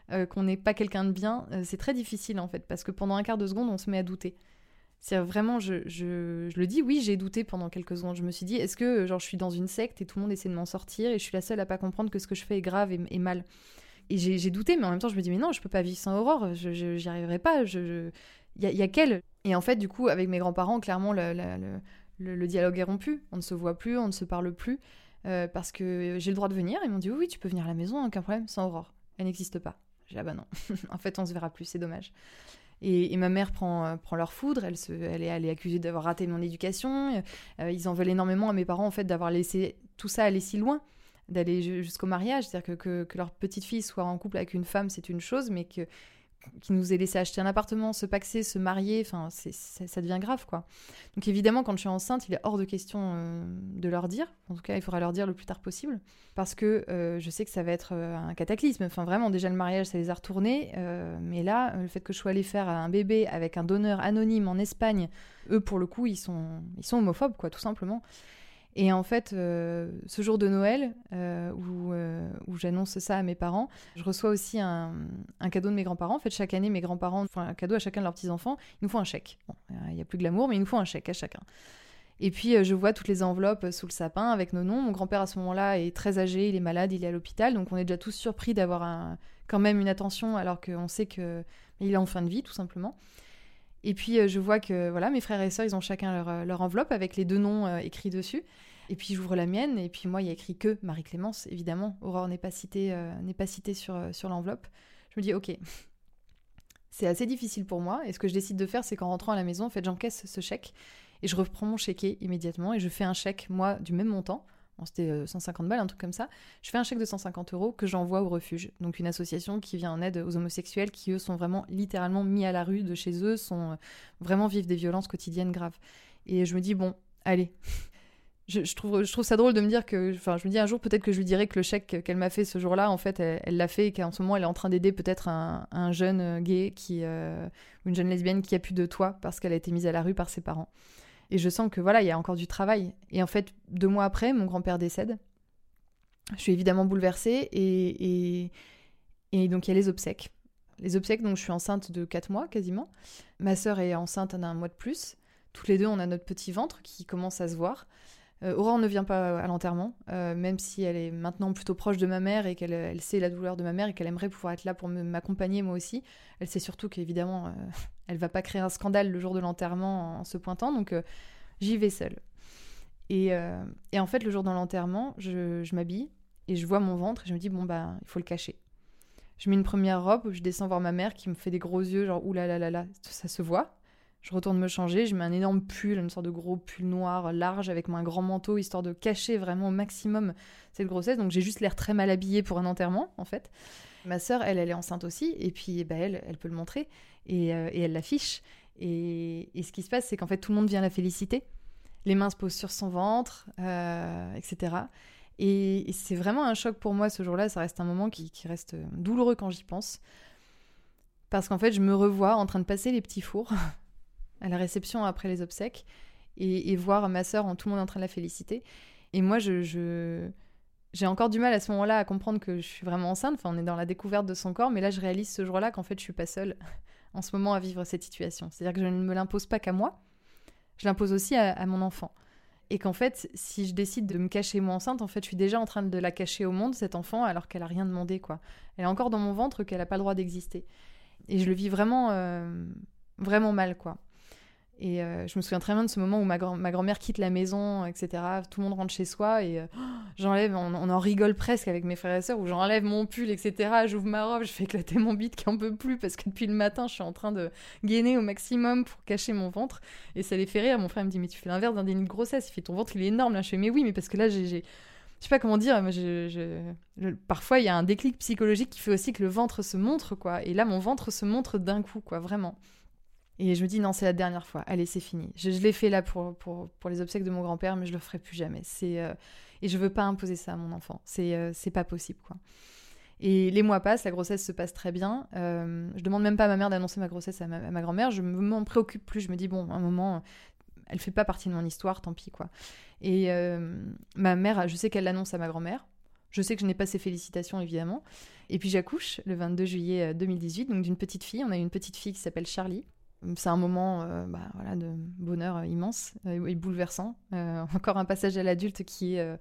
euh, qu'on n'est pas quelqu'un de bien, euh, c'est très difficile en fait, parce que pendant un quart de seconde, on se met à douter. C'est vraiment, je, je, je le dis, oui, j'ai douté pendant quelques secondes. Je me suis dit, est-ce que genre, je suis dans une secte et tout le monde essaie de m'en sortir et je suis la seule à pas comprendre que ce que je fais est grave et, et mal. Et j'ai, j'ai douté, mais en même temps, je me dis, mais non, je peux pas vivre sans Aurore, je, je, j'y arriverai pas, je, je... Y a, y a qu'elle. Et en fait, du coup, avec mes grands-parents, clairement, le, le, le, le, le dialogue est rompu. On ne se voit plus, on ne se parle plus, euh, parce que j'ai le droit de venir. Ils m'ont dit, oui, oui, tu peux venir à la maison, aucun problème, sans Aurore. Elle n'existe pas. J'ai dit, ah bah non, en fait, on se verra plus, c'est dommage. Et, et ma mère prend, euh, prend leur foudre, elle, se, elle, est, elle est accusée d'avoir raté mon éducation. Euh, ils en veulent énormément à mes parents, en fait, d'avoir laissé tout ça aller si loin, d'aller jusqu'au mariage. C'est-à-dire que, que, que leur petite fille soit en couple avec une femme, c'est une chose, mais que qui nous ait laissé acheter un appartement, se paxer, se marier, enfin, c'est, c'est, ça devient grave, quoi. Donc évidemment, quand je suis enceinte, il est hors de question euh, de leur dire. En tout cas, il faudra leur dire le plus tard possible, parce que euh, je sais que ça va être euh, un cataclysme. Enfin, vraiment, déjà, le mariage, ça les a retournés. Euh, mais là, le fait que je sois allée faire un bébé avec un donneur anonyme en Espagne, eux, pour le coup, ils sont, ils sont homophobes, quoi, tout simplement. Et en fait, euh, ce jour de Noël, euh, où, euh, où j'annonce ça à mes parents, je reçois aussi un, un cadeau de mes grands-parents. En fait, chaque année, mes grands-parents font un cadeau à chacun de leurs petits-enfants. Ils nous font un chèque. Bon, il n'y a plus de glamour, mais ils nous font un chèque à chacun. Et puis, euh, je vois toutes les enveloppes sous le sapin avec nos noms. Mon grand-père, à ce moment-là, est très âgé, il est malade, il est à l'hôpital. Donc, on est déjà tous surpris d'avoir un, quand même une attention, alors qu'on sait qu'il est en fin de vie, tout simplement. Et puis, euh, je vois que voilà, mes frères et sœurs, ils ont chacun leur, leur enveloppe avec les deux noms euh, écrits dessus. Et puis, j'ouvre la mienne. Et puis, moi, il y a écrit que Marie-Clémence, évidemment. Aurore n'est pas citée, euh, n'est pas citée sur, euh, sur l'enveloppe. Je me dis, OK, c'est assez difficile pour moi. Et ce que je décide de faire, c'est qu'en rentrant à la maison, en fait, j'encaisse ce chèque. Et je reprends mon chéquier immédiatement. Et je fais un chèque, moi, du même montant. Bon, c'était euh, cent cinquante balles, un truc comme ça. Je fais un chèque de cent cinquante euros que j'envoie au Refuge. Donc, une association qui vient en aide aux homosexuels qui, eux, sont vraiment littéralement mis à la rue de chez eux, sont euh, vraiment vivent des violences quotidiennes graves. Et je me dis, bon, allez. Je, je, trouve, je trouve ça drôle de me dire que... Enfin, je me dis un jour, peut-être que je lui dirai que le chèque qu'elle m'a fait ce jour-là, en fait, elle, elle l'a fait et qu'en ce moment, elle est en train d'aider peut-être un, un jeune gay qui, euh, ou une jeune lesbienne qui a plus de toit parce qu'elle a été mise à la rue par ses parents. Et je sens que, voilà, il y a encore du travail. Et en fait, deux mois après, mon grand-père décède. Je suis évidemment bouleversée et, et, et donc il y a les obsèques. Les obsèques, donc je suis enceinte de quatre mois quasiment. Ma sœur est enceinte d'un mois de plus. Toutes les deux, on a notre petit ventre qui commence à se voir. Euh, Aurore ne vient pas à l'enterrement, euh, même si elle est maintenant plutôt proche de ma mère et qu'elle elle sait la douleur de ma mère et qu'elle aimerait pouvoir être là pour me, m'accompagner moi aussi. Elle sait surtout qu'évidemment, euh, elle va pas créer un scandale le jour de l'enterrement en, en se pointant, donc euh, j'y vais seule. Et, euh, et en fait, le jour de l'enterrement, je, je m'habille et je vois mon ventre et je me dis, bon, bah, il faut le cacher. Je mets une première robe, je descends voir ma mère qui me fait des gros yeux, genre, oulala, là, là, là, ça se voit. Je retourne me changer, je mets un énorme pull, une sorte de gros pull noir large avec un grand manteau, histoire de cacher vraiment au maximum cette grossesse. Donc j'ai juste l'air très mal habillée pour un enterrement, en fait. Ma sœur, elle, elle est enceinte aussi, et puis bah, elle, elle peut le montrer, et, euh, et elle l'affiche. Et, et ce qui se passe, c'est qu'en fait, tout le monde vient la féliciter. Les mains se posent sur son ventre, euh, et cetera. Et, et c'est vraiment un choc pour moi ce jour-là, ça reste un moment qui, qui reste douloureux quand j'y pense. Parce qu'en fait, je me revois en train de passer les petits fours à la réception après les obsèques, et, et voir ma sœur, en tout le monde en train de la féliciter. Et moi, je, je, j'ai encore du mal à ce moment-là à comprendre que je suis vraiment enceinte. Enfin, on est dans la découverte de son corps, mais là, je réalise ce jour-là qu'en fait, je suis pas seule en ce moment à vivre cette situation. C'est-à-dire que je ne me l'impose pas qu'à moi, je l'impose aussi à, à mon enfant. Et qu'en fait, si je décide de me cacher moi enceinte, en fait, je suis déjà en train de la cacher au monde, cette enfant, alors qu'elle a rien demandé, quoi. Elle est encore dans mon ventre, qu'elle a pas le droit d'exister. Et je le vis vraiment, euh, vraiment mal, quoi. Et euh, je me souviens très bien de ce moment où ma, grand- ma grand-mère quitte la maison, et cetera. Tout le monde rentre chez soi et euh, oh, j'enlève, on, on en rigole presque avec mes frères et sœurs, où j'enlève mon pull, et cetera. J'ouvre ma robe, je fais éclater mon bide qui en peut plus parce que depuis le matin, je suis en train de gainer au maximum pour cacher mon ventre. Et ça les fait rire. Mon frère me dit, mais tu fais l'inverse d'un déni de grossesse. Il fait, ton ventre, il est énorme. Là, je fais, mais oui, mais parce que là, j'ai... j'ai... Je sais pas comment dire, mais je, je, je, parfois il y a un déclic psychologique qui fait aussi que le ventre se montre, quoi. Et là, mon ventre se montre d'un coup, quoi, vraiment. Et je me dis, non, c'est la dernière fois. Allez, c'est fini. Je, je l'ai fait là pour, pour, pour les obsèques de mon grand-père, mais je le ferai plus jamais. C'est, euh... Et je veux pas imposer ça à mon enfant. C'est, euh, c'est pas possible, quoi. Et les mois passent, la grossesse se passe très bien. Euh, je demande même pas à ma mère d'annoncer ma grossesse à ma, à ma grand-mère. Je me, m'en préoccupe plus. Je me dis, bon, à un moment, elle fait pas partie de mon histoire, tant pis, quoi. Et euh, ma mère, je sais qu'elle l'annonce à ma grand-mère. Je sais que je n'ai pas ces félicitations, évidemment. Et puis j'accouche le vingt-deux juillet deux mille dix-huit, donc d'une petite fille. On a une petite fille qui s'appelle Charlie. C'est un moment euh, bah, voilà, de bonheur immense euh, et bouleversant. Euh, encore un passage à l'adulte qui est euh,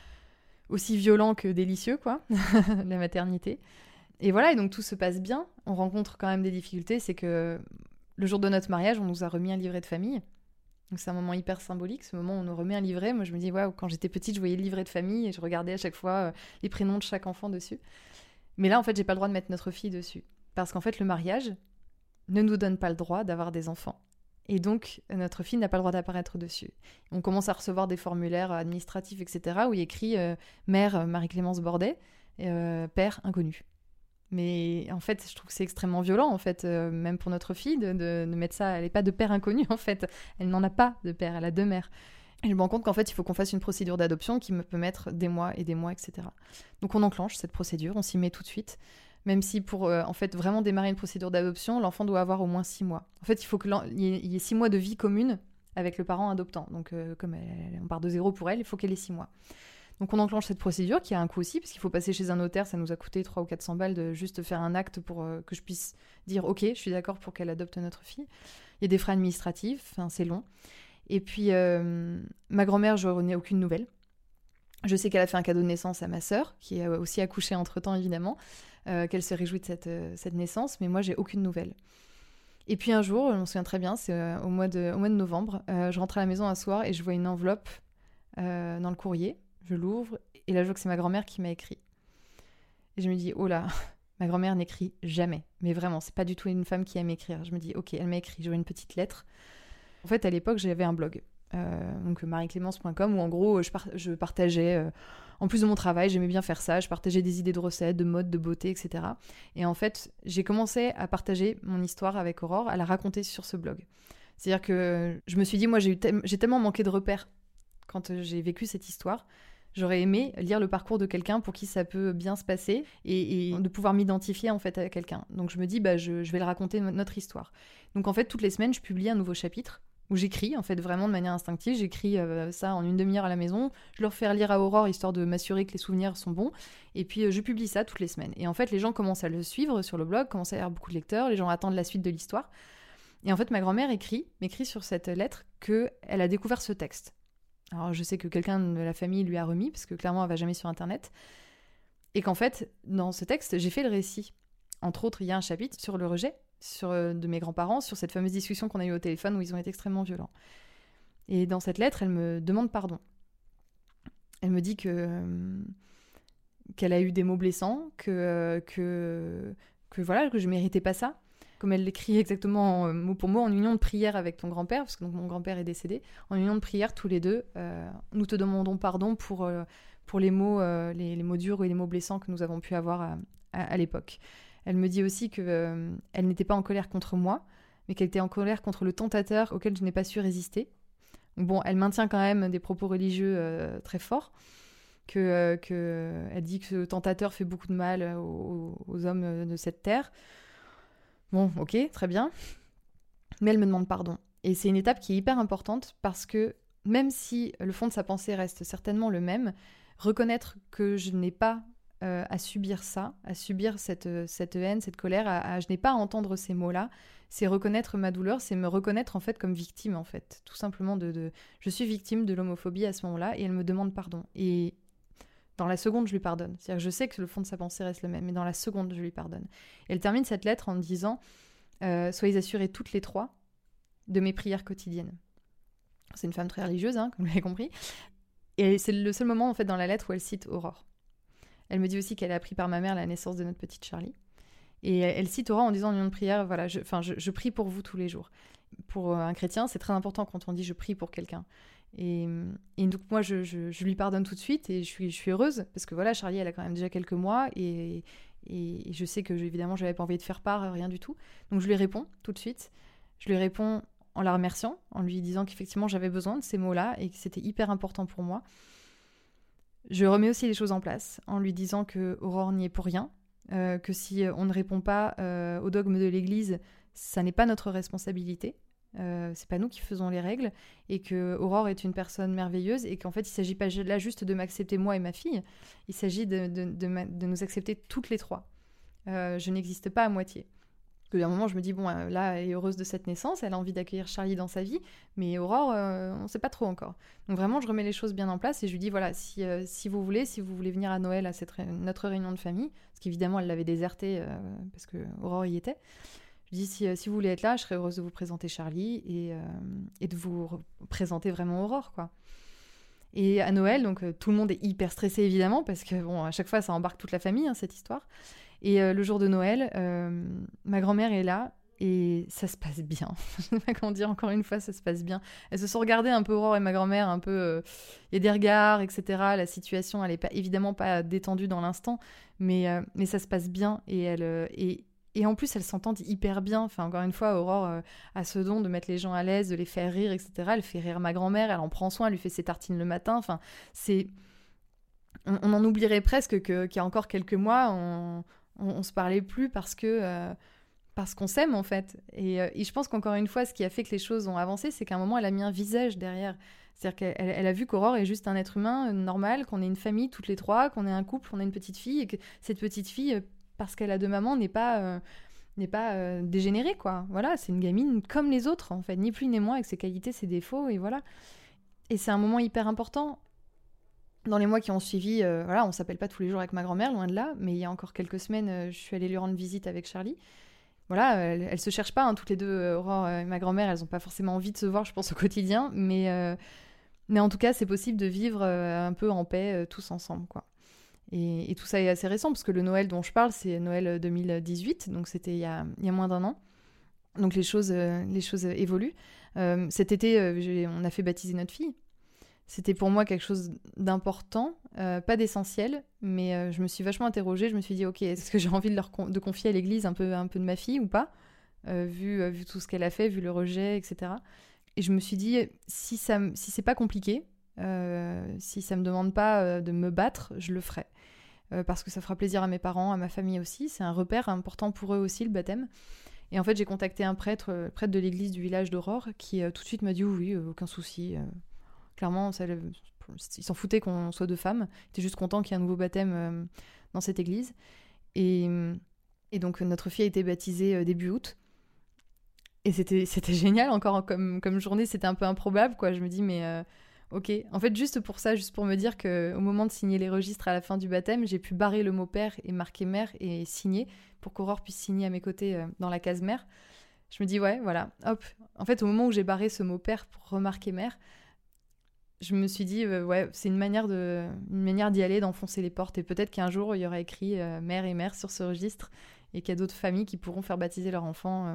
aussi violent que délicieux, quoi, la maternité. Et voilà, et donc tout se passe bien. On rencontre quand même des difficultés. C'est que le jour de notre mariage, on nous a remis un livret de famille. Donc c'est un moment hyper symbolique, ce moment où on nous remet un livret. Moi, je me dis, waouh, quand j'étais petite, je voyais le livret de famille et je regardais à chaque fois euh, les prénoms de chaque enfant dessus. Mais là, en fait, j'ai pas le droit de mettre notre fille dessus. Parce qu'en fait, le mariage ne nous donne pas le droit d'avoir des enfants. Et donc, notre fille n'a pas le droit d'apparaître dessus. On commence à recevoir des formulaires administratifs, et cetera, où il y a écrit euh, « Mère Marie-Clémence Bordet, euh, père inconnu ». Mais en fait, je trouve que c'est extrêmement violent, en fait, euh, même pour notre fille, de, de, de mettre ça. Elle n'est pas de père inconnu, en fait. Elle n'en a pas de père, elle a deux mères. Et je me rends compte qu'en fait, il faut qu'on fasse une procédure d'adoption qui me peut mettre des mois et des mois, et cetera. Donc on enclenche cette procédure, on s'y met tout de suite. Même si pour euh, en fait, vraiment démarrer une procédure d'adoption, l'enfant doit avoir au moins six mois. En fait, il faut qu'il y, y ait six mois de vie commune avec le parent adoptant. Donc euh, comme elle, on part de zéro pour elle, il faut qu'elle ait six mois. Donc on enclenche cette procédure qui a un coût aussi, parce qu'il faut passer chez un notaire, ça nous a coûté trois ou quatre cents balles de juste faire un acte pour euh, que je puisse dire « Ok, je suis d'accord pour qu'elle adopte notre fille ». Il y a des frais administratifs, enfin, c'est long. Et puis, euh, ma grand-mère, je n'ai aucune nouvelle. Je sais qu'elle a fait un cadeau de naissance à ma sœur, qui a aussi accouché entre-temps, évidemment, euh, qu'elle se réjouit de cette, euh, cette naissance, mais moi, j'ai aucune nouvelle. Et puis un jour, je m'en souviens très bien, c'est euh, au, mois de, au mois de novembre, euh, je rentre à la maison un soir et je vois une enveloppe euh, dans le courrier. Je l'ouvre et là, je vois que c'est ma grand-mère qui m'a écrit. Et je me dis, oh là, ma grand-mère n'écrit jamais. Mais vraiment, c'est pas du tout une femme qui aime écrire. Je me dis, ok, elle m'a écrit. Je vois une petite lettre. En fait, à l'époque, j'avais un blog, euh, donc marie clémence point com, où en gros, je, par- je partageais, euh, en plus de mon travail, j'aimais bien faire ça. Je partageais des idées de recettes, de mode, de beauté, et cetera. Et en fait, j'ai commencé à partager mon histoire avec Aurore, à la raconter sur ce blog. C'est-à-dire que je me suis dit, moi, j'ai, eu te- j'ai tellement manqué de repères quand euh, j'ai vécu cette histoire. J'aurais aimé lire le parcours de quelqu'un pour qui ça peut bien se passer et, et de pouvoir m'identifier en fait à quelqu'un. Donc je me dis, bah, je, je vais le raconter notre histoire. Donc en fait, toutes les semaines, je publie un nouveau chapitre où j'écris, en fait, vraiment de manière instinctive. J'écris euh, ça en une demi-heure à la maison. Je leur fais lire à Aurore, histoire de m'assurer que les souvenirs sont bons. Et puis, euh, je publie ça toutes les semaines. Et en fait, les gens commencent à le suivre sur le blog, commencent à y avoir beaucoup de lecteurs. Les gens attendent la suite de l'histoire. Et en fait, ma grand-mère écrit, m'écrit sur cette lettre qu'elle a découvert ce texte. Alors, je sais que quelqu'un de la famille lui a remis, parce que clairement, elle va jamais sur Internet. Et qu'en fait, dans ce texte, j'ai fait le récit. Entre autres, il y a un chapitre sur le rejet sur, euh, de mes grands-parents, sur cette fameuse discussion qu'on a eue au téléphone où ils ont été extrêmement violents. Et dans cette lettre, elle me demande pardon. Elle me dit que, euh, qu'elle a eu des mots blessants, que, euh, que, que, voilà, que je méritais pas ça. Comme elle l'écrit exactement euh, mot pour mot, en union de prière avec ton grand-père, parce que donc, mon grand-père est décédé, en union de prière tous les deux, euh, nous te demandons pardon pour, euh, pour les, mots, euh, les, les mots durs et les mots blessants que nous avons pu avoir à, à, à l'époque. Elle me dit aussi qu'elle euh, n'était pas en colère contre moi, mais qu'elle était en colère contre le tentateur auquel je n'ai pas su résister. Donc bon, elle maintient quand même des propos religieux euh, très forts, que, euh, que, elle dit que ce tentateur fait beaucoup de mal aux, aux hommes de cette terre. Bon, ok, très bien. Mais elle me demande pardon. Et c'est une étape qui est hyper importante parce que même si le fond de sa pensée reste certainement le même, reconnaître que je n'ai pas euh, à subir ça, à subir cette, cette haine, cette colère, à, à, je n'ai pas à entendre ces mots-là, c'est reconnaître ma douleur, c'est me reconnaître en fait comme victime en fait. Tout simplement, de, de, je suis victime de l'homophobie à ce moment-là et elle me demande pardon. Et dans la seconde, je lui pardonne. C'est-à-dire que je sais que le fond de sa pensée reste le même, mais dans la seconde, je lui pardonne. Et elle termine cette lettre en me disant euh, « Soyez assurés toutes les trois de mes prières quotidiennes ». C'est une femme très religieuse, hein, comme vous l'avez compris. Et c'est le seul moment, en fait, dans la lettre où elle cite Aurore. Elle me dit aussi qu'elle a appris par ma mère la naissance de notre petite Charlie. Et elle cite Aurore en disant en union de prière, voilà, je, je, je prie pour vous tous les jours. Pour un chrétien, c'est très important quand on dit « je prie pour quelqu'un ». Et, et donc moi je, je, je lui pardonne tout de suite et je suis, je suis heureuse parce que voilà, Charlie elle a quand même déjà quelques mois et, et, et je sais que évidemment je n'avais pas envie de faire part, rien du tout, donc je lui réponds tout de suite. Je lui réponds en la remerciant, en lui disant qu'effectivement j'avais besoin de ces mots-là et que c'était hyper important pour moi. Je remets aussi les choses en place en lui disant que Aurore n'y est pour rien, euh, que si on ne répond pas euh, au dogme de l'Église, ça n'est pas notre responsabilité. Euh, c'est pas nous qui faisons les règles et que Aurore est une personne merveilleuse et qu'en fait il s'agit pas là juste de m'accepter moi et ma fille, il s'agit de, de, de, ma, de nous accepter toutes les trois. Euh, je n'existe pas à moitié. Parce qu'à un moment je me dis bon là elle est heureuse de cette naissance, elle a envie d'accueillir Charlie dans sa vie, mais Aurore euh, on sait pas trop encore. Donc vraiment je remets les choses bien en place et je lui dis voilà si, euh, si vous voulez si vous voulez venir à Noël à cette ré- notre réunion de famille, parce qu'évidemment elle l'avait désertée euh, parce que Aurore y était. Je dis, si, si vous voulez être là, je serais heureuse de vous présenter Charlie et, euh, et de vous re- présenter vraiment Aurore, quoi. Et à Noël, donc euh, tout le monde est hyper stressé, évidemment, parce que, bon, à chaque fois, ça embarque toute la famille, hein, cette histoire. Et euh, le jour de Noël, euh, ma grand-mère est là et ça se passe bien. Je ne sais pas comment dire, encore une fois, ça se passe bien. Elles se sont regardées un peu, Aurore et ma grand-mère, un peu... Il euh, y a des regards, et cetera. La situation, elle n'est pas, évidemment pas détendue dans l'instant, mais, euh, mais ça se passe bien et elle... Euh, et, Et en plus, elles s'entendent hyper bien. Enfin, encore une fois, Aurore euh, a ce don de mettre les gens à l'aise, de les faire rire, et cetera. Elle fait rire ma grand-mère, elle en prend soin, elle lui fait ses tartines le matin. Enfin, c'est... On, on en oublierait presque que, qu'il y a encore quelques mois, on, on, on se parlait plus parce que... Euh, parce qu'on s'aime, en fait. Et, euh, et je pense qu'encore une fois, ce qui a fait que les choses ont avancé, c'est qu'à un moment, elle a mis un visage derrière. C'est-à-dire qu'elle elle a vu qu'Aurore est juste un être humain normal, qu'on est une famille toutes les trois, qu'on est un couple, qu'on a une petite fille, et que cette petite fille... parce qu'elle a deux mamans, n'est pas, euh, n'est pas euh, dégénérée, quoi. Voilà, c'est une gamine comme les autres, en fait, ni plus ni moins, avec ses qualités, ses défauts, et voilà. Et c'est un moment hyper important. Dans les mois qui ont suivi, euh, voilà, on s'appelle pas tous les jours avec ma grand-mère, loin de là, mais il y a encore quelques semaines, euh, je suis allée lui rendre visite avec Charlie. Voilà, elles, elles se cherchent pas, hein, toutes les deux, Aurore et ma grand-mère, elles ont pas forcément envie de se voir, je pense, au quotidien, mais, euh, mais en tout cas, c'est possible de vivre euh, un peu en paix, euh, tous ensemble, quoi. Et, et tout ça est assez récent, parce que le Noël dont je parle, c'est Noël deux mille dix-huit, donc c'était il y a, il y a moins d'un an. Donc les choses, euh, les choses évoluent. Euh, cet été, euh, j'ai, on a fait baptiser notre fille. C'était pour moi quelque chose d'important, euh, pas d'essentiel, mais euh, je me suis vachement interrogée. Je me suis dit, ok, est-ce que j'ai envie de, leur con- de confier à l'église un peu, un peu de ma fille ou pas, euh, vu, euh, vu tout ce qu'elle a fait, vu le rejet, et cetera. Et je me suis dit, si, ça, si c'est pas compliqué, euh, si ça me demande pas euh, de me battre, je le ferai. Euh, parce que ça fera plaisir à mes parents, à ma famille aussi. C'est un repère important pour eux aussi, le baptême. Et en fait, j'ai contacté un prêtre, euh, prêtre de l'église du village d'Aurore, qui euh, tout de suite m'a dit oui, oui, euh, aucun souci. Euh, clairement, ça, le, il s'en foutait qu'on soit deux femmes. Il était juste content qu'il y ait un nouveau baptême euh, dans cette église. Et, et donc, notre fille a été baptisée euh, début août. Et c'était, c'était génial, encore comme, comme journée. C'était un peu improbable, quoi. Je me dis, mais... Euh, ok, en fait, juste pour ça, juste pour me dire qu'au moment de signer les registres à la fin du baptême, j'ai pu barrer le mot père et marquer mère et signer pour qu'Aurore puisse signer à mes côtés euh, dans la case mère. Je me dis, ouais, voilà, hop. En fait, au moment où j'ai barré ce mot père pour remarquer mère, je me suis dit, euh, ouais, c'est une manière, de, une manière d'y aller, d'enfoncer les portes. Et peut-être qu'un jour, il y aura écrit euh, mère et mère sur ce registre et qu'il y a d'autres familles qui pourront faire baptiser leur enfant euh,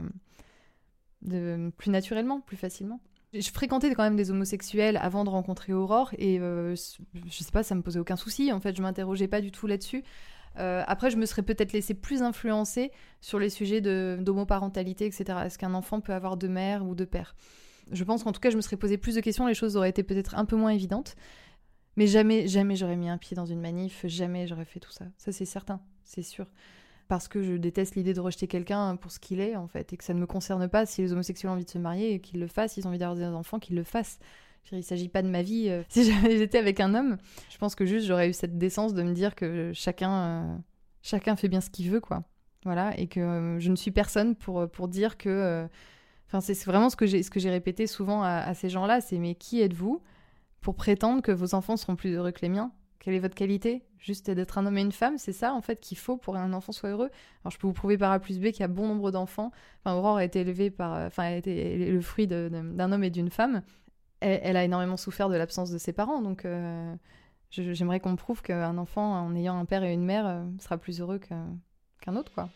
de, plus naturellement, plus facilement. Je fréquentais quand même des homosexuels avant de rencontrer Aurore et euh, je sais pas, ça me posait aucun souci. En fait, je m'interrogeais pas du tout là-dessus. Euh, après, je me serais peut-être laissée plus influencer sur les sujets de, d'homoparentalité, et cetera. Est-ce qu'un enfant peut avoir deux mères ou deux pères ? Je pense qu'en tout cas, je me serais posé plus de questions. Les choses auraient été peut-être un peu moins évidentes. Mais jamais, jamais j'aurais mis un pied dans une manif. Jamais j'aurais fait tout ça. Ça, c'est certain, c'est sûr. Parce que je déteste l'idée de rejeter quelqu'un pour ce qu'il est, en fait, et que ça ne me concerne pas. Si les homosexuels ont envie de se marier, qu'ils le fassent. S'ils ont envie d'avoir des enfants, qu'ils le fassent. Il ne s'agit pas de ma vie. Si j'étais avec un homme, je pense que juste j'aurais eu cette décence de me dire que chacun, euh, chacun fait bien ce qu'il veut, quoi. Voilà, et que euh, je ne suis personne pour, pour dire que... Enfin, euh, c'est, c'est vraiment ce que j'ai, ce que j'ai répété souvent à, à ces gens-là, c'est « Mais qui êtes-vous pour prétendre que vos enfants seront plus heureux que les miens ? Quelle est votre qualité ? Juste d'être un homme et une femme, c'est ça, en fait, qu'il faut pour qu'un enfant soit heureux. Alors, je peux vous prouver par A plus B qu'il y a bon nombre d'enfants. Enfin, Aurore a été élevée par... Enfin, elle a été le fruit de, de, d'un homme et d'une femme. Elle, elle a énormément souffert de l'absence de ses parents, donc euh, je, j'aimerais qu'on me prouve qu'un enfant, en ayant un père et une mère, euh, sera plus heureux que, qu'un autre, quoi.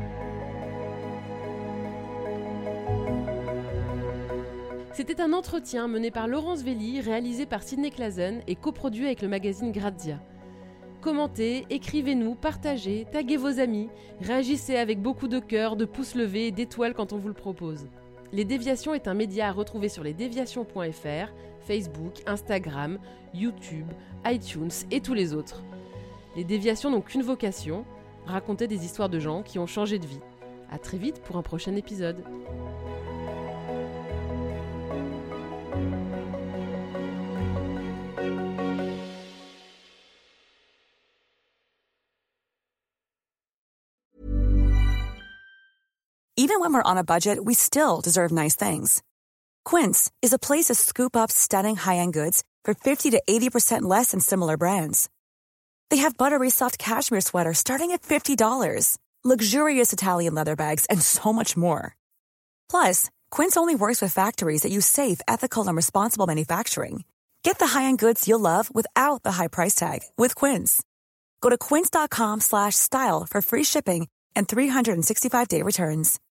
C'était un entretien mené par Laurence Velli, réalisé par Sidney Clazen et coproduit avec le magazine Grazia. Commentez, écrivez-nous, partagez, taguez vos amis, réagissez avec beaucoup de cœur, de pouces levés et d'étoiles quand on vous le propose. Les Déviations est un média à retrouver sur lesdéviations point f r, Facebook, Instagram, YouTube, iTunes et tous les autres. Les Déviations n'ont qu'une vocation, raconter des histoires de gens qui ont changé de vie. À très vite pour un prochain épisode. Even when we're on a budget, we still deserve nice things. Quince is a place to scoop up stunning high-end goods for fifty to eighty percent less than similar brands. They have buttery soft cashmere sweaters starting at fifty dollars, luxurious Italian leather bags, and so much more. Plus, Quince only works with factories that use safe, ethical, and responsible manufacturing. Get the high-end goods you'll love without the high price tag with Quince. Go to quince.com slash style for free shipping and three sixty-five day returns.